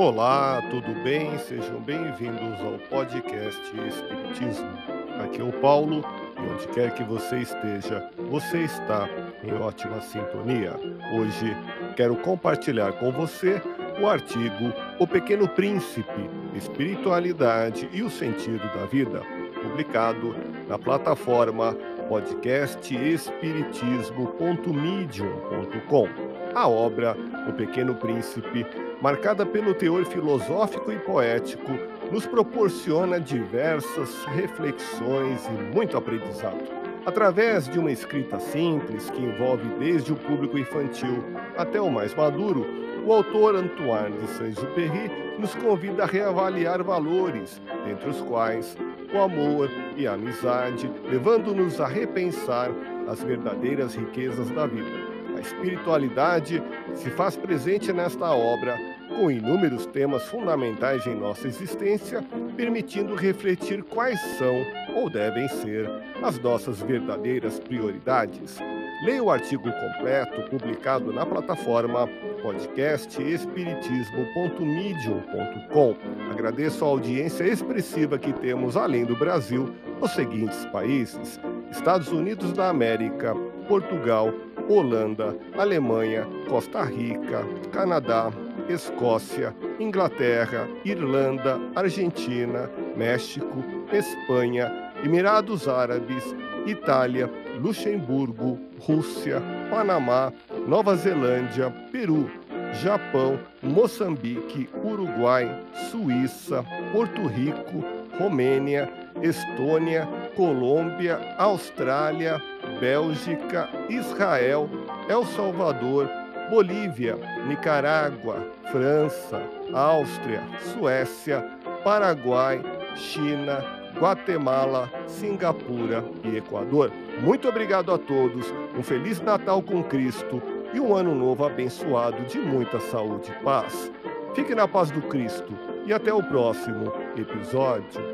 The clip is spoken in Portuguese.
Olá, tudo bem? Sejam bem-vindos ao podcast Espiritismo. Aqui é o Paulo e onde quer que você esteja, você está em ótima sintonia. Hoje quero compartilhar com você o artigo O Pequeno Príncipe, Espiritualidade e o Sentido da Vida, publicado na plataforma podcastespiritismo.medium.com. A obra O Pequeno Príncipe, marcada pelo teor filosófico e poético, nos proporciona diversas reflexões e muito aprendizado. Através de uma escrita simples que envolve desde o público infantil até o mais maduro, o autor Antoine de Saint-Exupéry nos convida a reavaliar valores, dentre os quais o amor e a amizade, levando-nos a repensar as verdadeiras riquezas da vida. A espiritualidade se faz presente nesta obra, com inúmeros temas fundamentais em nossa existência, permitindo refletir quais são ou devem ser as nossas verdadeiras prioridades. Leia o artigo completo publicado na plataforma podcastespiritismo.medium.com. Agradeço a audiência expressiva que temos além do Brasil, nos seguintes países: Estados Unidos da América, Portugal, Holanda, Alemanha, Costa Rica, Canadá, Escócia, Inglaterra, Irlanda, Argentina, México, Espanha, Emirados Árabes, Itália, Luxemburgo, Rússia, Panamá, Nova Zelândia, Peru, Japão, Moçambique, Uruguai, Suíça, Porto Rico, Romênia, Estônia, Colômbia, Austrália, Bélgica, Israel, El Salvador, Bolívia, Nicarágua, França, Áustria, Suécia, Paraguai, China, Guatemala, Singapura e Equador. Muito obrigado a todos, um Feliz Natal com Cristo e um ano novo abençoado de muita saúde e paz. Fique na paz do Cristo e até o próximo episódio.